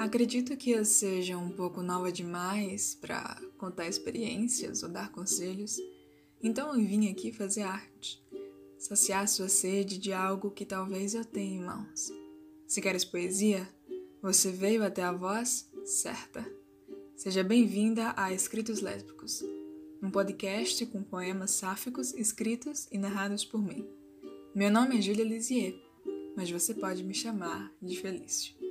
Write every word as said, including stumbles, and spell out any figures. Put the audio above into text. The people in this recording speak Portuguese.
Acredito que eu seja um pouco nova demais para contar experiências ou dar conselhos, então eu vim aqui fazer arte, saciar sua sede de algo que talvez eu tenha em mãos. Se queres poesia, você veio até a voz certa. Seja bem-vinda a Escritos Lésbicos, um podcast com poemas sáficos escritos e narrados por mim. Meu nome é Júlia Lisier, mas você pode me chamar de Felício.